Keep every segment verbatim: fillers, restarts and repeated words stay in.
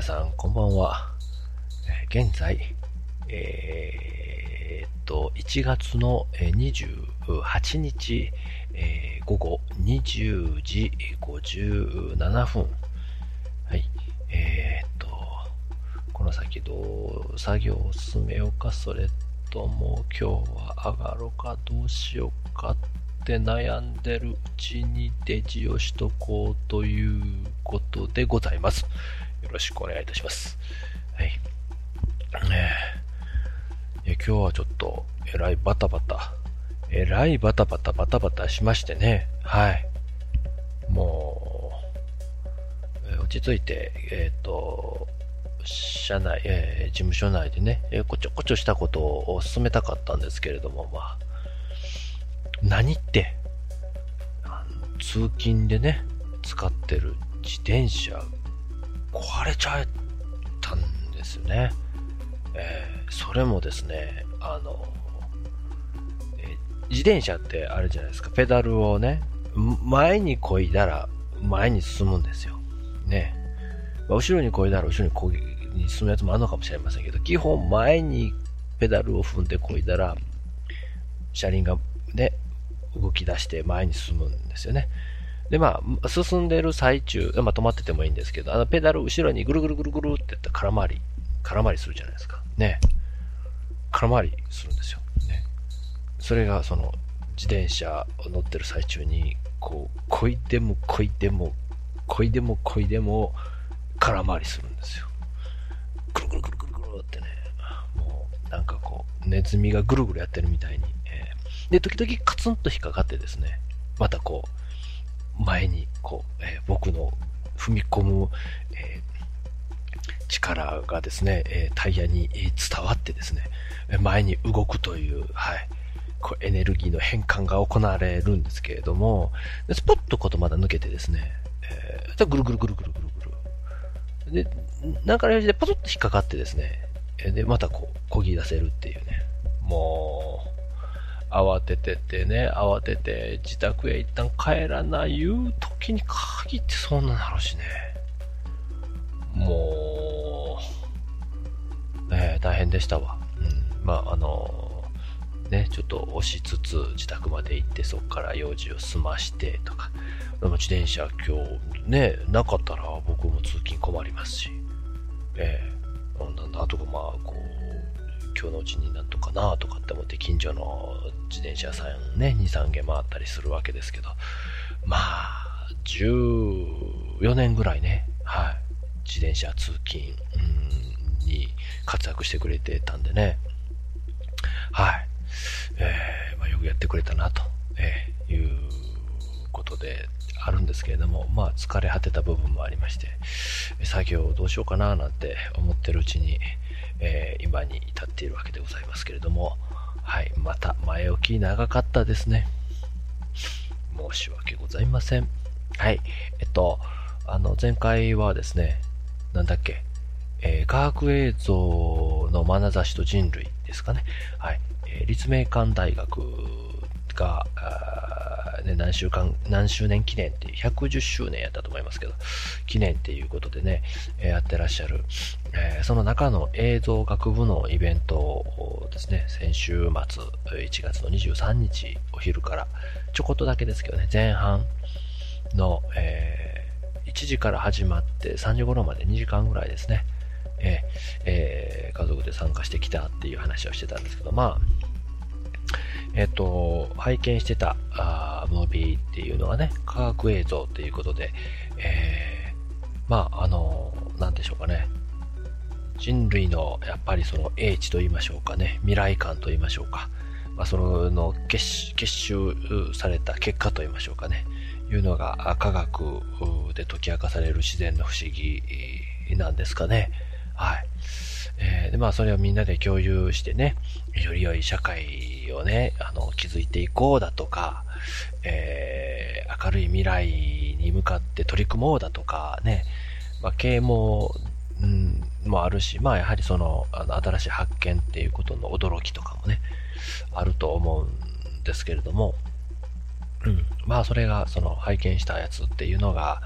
さんこんばんは。えー現在、えーっと、いちがつのえーにじゅうはちにち、えー午後にじゅうじごじゅうななふん。はい。えーっと、この先どう作業を進めようか、それとも今日は上がろうか、どうしようかって悩んでるうちにデジをしとこうということでございます。よろしくお願いいたします。はい。えー、今日はちょっとえらいバタバタ、えらいバタバタバタバタしましてね。はい。もう、えー落ち着いて、えっ、と、社内、えー事務所内でね、えーこちょこちょしたことを進めたかったんですけれども、まあ、何って、あの通勤でね、使ってる自転車、壊れちゃったんですよね。えーそれもですね、あの、えー自転車ってあれじゃないですか、ペダルをね、前に漕いだら前に進むんですよ。ね。まあ後ろに漕いだら後ろに漕ぎに進むやつもあるのかもしれませんけど、基本前にペダルを踏んで漕いだら、車輪がね、動き出して前に進むんですよね。で、まあ、進んでる最中、まあ止まっててもいいんですけど、あのペダル後ろにぐるぐるぐるぐるってやったら空回り、空回りするじゃないですか。ね。空回りするんですよ。ね。それがその自転車を乗ってる最中に、こう、こいでもこいでも、こいでもこいでも空回りするんですよ。ぐるぐるぐるぐるぐるってね、もうなんかこう、ネズミがぐるぐるやってるみたいに、えーで、時々カツンと引っかかってですね、またこう、前にこう、えー僕の踏み込む、えー力がですね、えータイヤに伝わってですね、前に動くという、はい、こうエネルギーの変換が行われるんですけれども、でスポッとことまだ抜けてですね、えー、ぐるぐるぐるぐるぐるぐる。で、なんかの用事でポトッと引っかかってですね、で、またこう、漕ぎ出せるっていうね、もう、慌てててね、慌てて自宅へ一旦帰らないいう時に限ってそんななるしね。もう、えー大変でしたわ。うん。まあ、あのね、ちょっと押しつつ自宅まで行ってそこから用事を済ましてとか、でも自転車今日ね、なかったら僕も通勤困りますし、えー、なんだとかまあ、こう、今日のうちになんとかなとかって思って近所の自転車屋さんね、に、さんけん回ったりするわけですけど、まあ、じゅうよねんぐらいね、はい、自転車通勤、うん、に活躍してくれてたんでね、はい、えーまあ、よくやってくれたなと、えーいうことであるんですけれども、まあ疲れ果てた部分もありまして、作業をどうしようかななんて思ってるうちに、えー今に至っているわけでございますけれども、はい、また前置き長かったですね。申し訳ございません。はい、えっと、あの前回はですね、なんだっけ、えー科学映像の眼差しと人類ですかね。はい。えー立命館大学が、あーね、何週間、何周年記念っていう、ひゃくじゅっしゅうねんやったと思いますけど、記念っていうことでね、えーやってらっしゃる、えーその中の映像学部のイベントをですね、先週末、いちがつのにじゅうさんにちお昼から、ちょこっとだけですけどね、前半の、えーいちじから始まってさんじ頃までにじかんぐらいですね、えーえー家族で参加してきたっていう話をしてたんですけど、まあ、えっ、と、拝見してたあームービーっていうのがね、科学映像っていうことで、えーまあ、あの、なんでしょうかね、人類のやっぱりその英知と言いましょうかね、未来感と言いましょうか、まあ、その結結集された結果と言いましょうかね、いうのが科学で解き明かされる自然の不思議なんですかね。はい。えーで、まあ、それをみんなで共有してね、より良い社会をね、あの、築いていこうだとか、えー明るい未来に向かって取り組もうだとかね、まあ、啓蒙、うん、もあるし、まあ、やはりその、あの、新しい発見っていうことの驚きとかもね、あると思うんですけれども、うん、まあ、それが、その、拝見したやつっていうのが、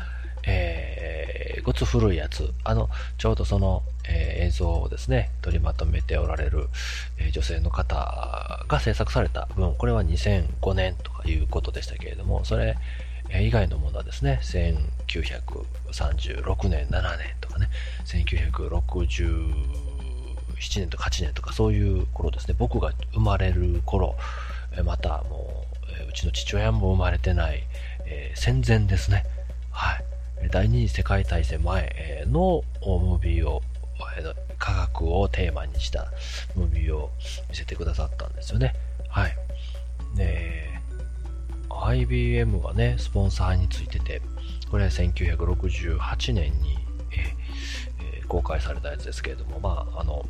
えー、ごつ古いやつ、あの、ちょうどその、えー、映像をですね、取りまとめておられる、えー、女性の方が制作された分、これはにせんごねんとかいうことでしたけれども、それ、えー、以外のものはですね、せんきゅうひゃくさんじゅうろくねん、ななねんとかね、せんきゅうひゃくろくじゅうななねんとかはちねんとかそういう頃ですね、僕が生まれる頃、えー、またもう、えー、うちの父親も生まれてない、えー、戦前ですね、はい。第二次世界大戦前のムービーを、科学をテーマにしたムービーを見せてくださったんですよね。はい。で、アイビーエム がね、スポンサーについてて、これはせんきゅうひゃくろくじゅうはちねんに、えー、公開されたやつですけれども、まあ、あの、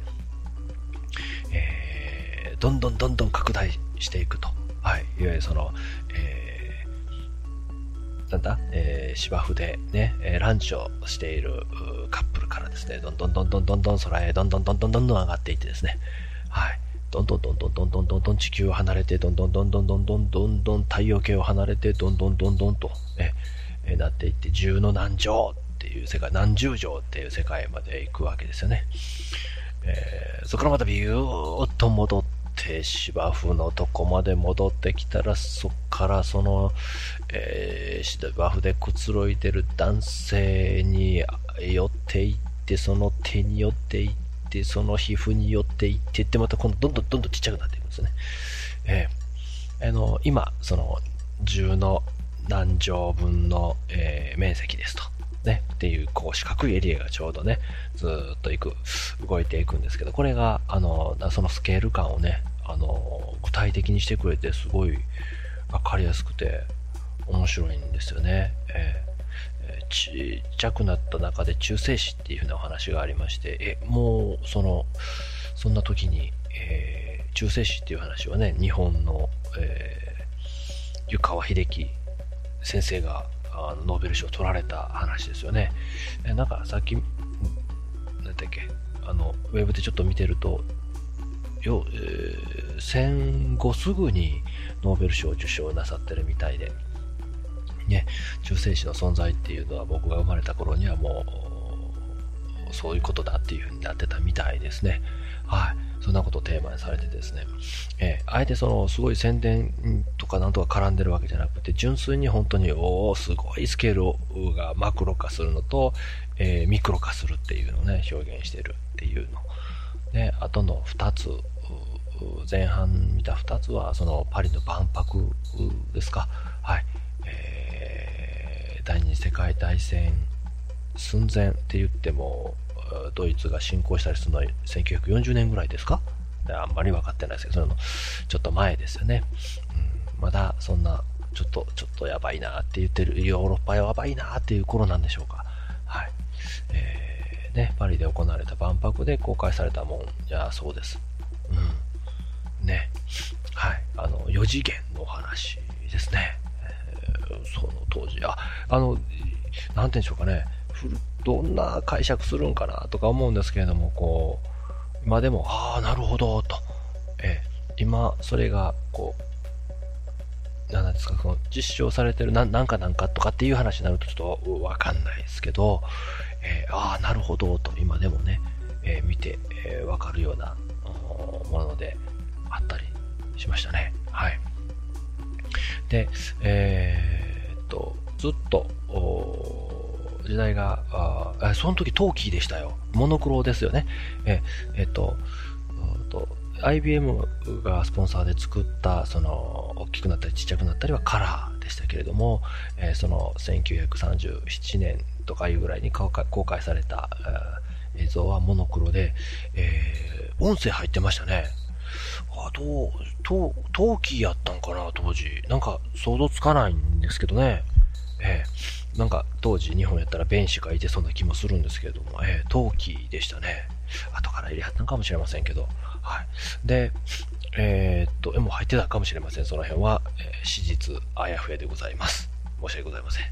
えー、どんどんどんどん拡大していくと。はい。いわゆるその、えーなんだ、えー、芝生でね、ランチをしているカップルからですね、どんどんどんどんどんどん空へどんどんどんどんどんどん上がっていってですね、はい。どんどんどんどんどんどんどんどん地球を離れて、どんどんどんどんどんどんどんどん太陽系を離れて、どんどんどんどんと、ね、えー、なっていって、十の何乗っていう世界、何十乗っていう世界まで行くわけですよね。えー、そこからまたビューッと戻って、芝生のとこまで戻ってきたら、そっからその、えー、芝生でくつろいでる男性に寄っていって、その手に寄っていって、その皮膚に寄っていってって、また今度どんどんどんどんちっちゃくなっていくんですね。えー、あの今その十の何乗分の、えー、面積ですと。ね、っていうこう四角いエリアがちょうどねずーっと行く動いていくんですけど、これがあのそのスケール感をねあの具体的にしてくれてすごい分かりやすくて面白いんですよね。えー、ちっちゃくなった中で中性子っていう風なお話がありまして、えもうそのそんな時に、えー、中性子っていう話はね日本の、えー、湯川秀樹先生があのノーベル賞を取られた話ですよね。えなんかさっきなんだっけあのウェブでちょっと見てるとよ、えー、戦後すぐにノーベル賞を受賞なさってるみたいで、ね、中性子の存在っていうのは僕が生まれた頃にはもうそういうことだっていう風になってたみたいですね。はい。そんなことをテーマにされてですね、えー、あえてそのすごい宣伝とかなんとか絡んでるわけじゃなくて、純粋に本当におーすごいスケールがマクロ化するのと、えー、ミクロ化するっていうのをね表現してるっていうので、あとのふたつ、前半見たふたつはそのパリの万博ですか。はい。えー、第二次世界大戦寸前って言ってもドイツが侵攻したりするのはせんきゅうひゃくよんじゅうねんぐらいですか。あんまり分かってないですけど、そのちょっと前ですよね。うん、まだそんなちょっとちょっとやばいなって言ってる、ヨーロッパやばいなっていう頃なんでしょうか。はい。えー、ね、パリで行われた万博で公開されたもんじゃそうです。うん。ね。はい。あのよ次元のお話ですね。えー、その当時、あ、あのなんて言うんでしょうかね。どんな解釈するんかなとか思うんですけれども、こう今でもああなるほどと、えー、今それがこうなんですか、その実証されてるな、なんかなんかとかっていう話になるとちょっとわかんないですけど、えー、ああなるほどと今でもね、えー、見て、えー、わかるようなものであったりしましたね。はい。で、えー、っとずっと時代が、あその時トーキーでしたよ。モノクロですよね。ええっと、と アイビーエム がスポンサーで作ったその大きくなったりちっちゃくなったりはカラーでしたけれども、えー、そのせんきゅうひゃくさんじゅうななねんとかいうぐらいに公開、公開された映像はモノクロで、えー、音声入ってましたね。あと、トーキーやったんかな当時。なんか想像つかないんですけどね。えー、なんか当時日本やったらベンシがいてそうな気もするんですけれども、えー、陶器でしたね。後から入れはったんかもしれませんけど、はい。で、えー、っと、もう入ってたかもしれません。その辺は、えー、史実あやふやでございます。申し訳ございません。はい。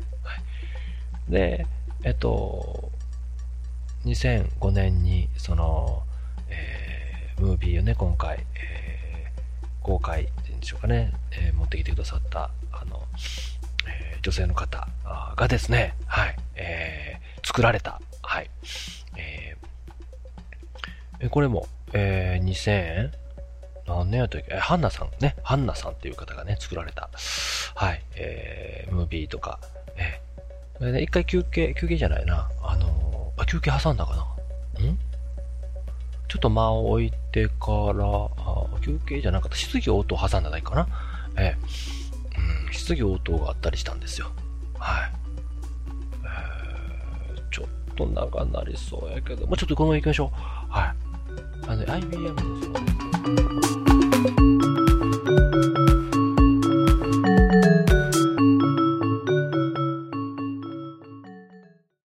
で、えっと、にせんごねんにその、えー、ムービーをね今回、えー、公開っていうんでしょうかね、えー、持ってきてくださったあの女性の方がですね、はい、 えー、作られた。はい。えー、これも、えー、にせん何年やったっけ、え、ハンナさんね、ハンナさんっていう方がね、作られた、はい、えー、ムービーとか、えー、で一回休憩、休憩じゃないな、あのー、あ、休憩挟んだかな、んちょっと間を置いてから、あ、休憩じゃなかった、質疑応答挟んだないかな、えー、うん、質疑応答があったりしたんですよ。はい。えー、ちょっと長なりそうやけど、まあ、ちょっとこのまま行きましょう。はい。あの、アイビーエム のその、